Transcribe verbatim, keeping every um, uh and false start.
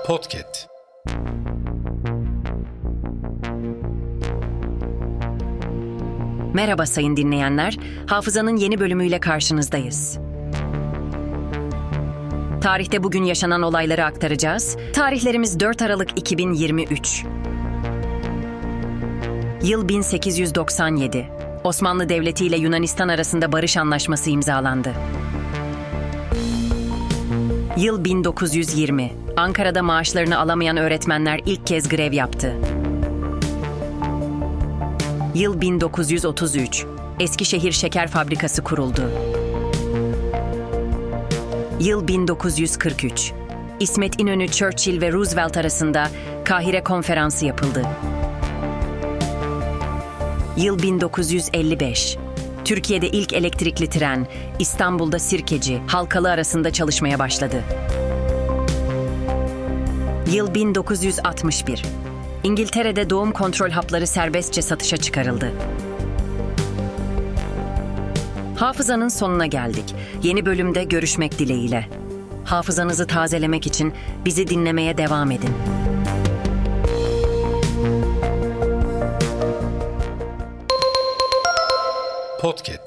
Podcast. Merhaba sayın dinleyenler, Hafızanın yeni bölümüyle karşınızdayız. Tarihte bugün yaşanan olayları aktaracağız. Tarihlerimiz dört Aralık iki bin yirmi üç. Yıl bin sekiz yüz doksan yedi. Osmanlı Devleti ile Yunanistan arasında barış anlaşması imzalandı. Yıl bin dokuz yüz yirmi. Ankara'da maaşlarını alamayan öğretmenler ilk kez grev yaptı. Yıl bin dokuz yüz otuz üç. Eskişehir Şeker Fabrikası kuruldu. Yıl bin dokuz yüz kırk üç. İsmet İnönü, Churchill ve Roosevelt arasında Kahire Konferansı yapıldı. Yıl bin dokuz yüz elli beş. Türkiye'de ilk elektrikli tren İstanbul'da Sirkeci, Halkalı arasında çalışmaya başladı. Yıl bin dokuz yüz altmış bir. İngiltere'de doğum kontrol hapları serbestçe satışa çıkarıldı. Hafızanın sonuna geldik. Yeni bölümde görüşmek dileğiyle. Hafızanızı tazelemek için bizi dinlemeye devam edin. Podcast.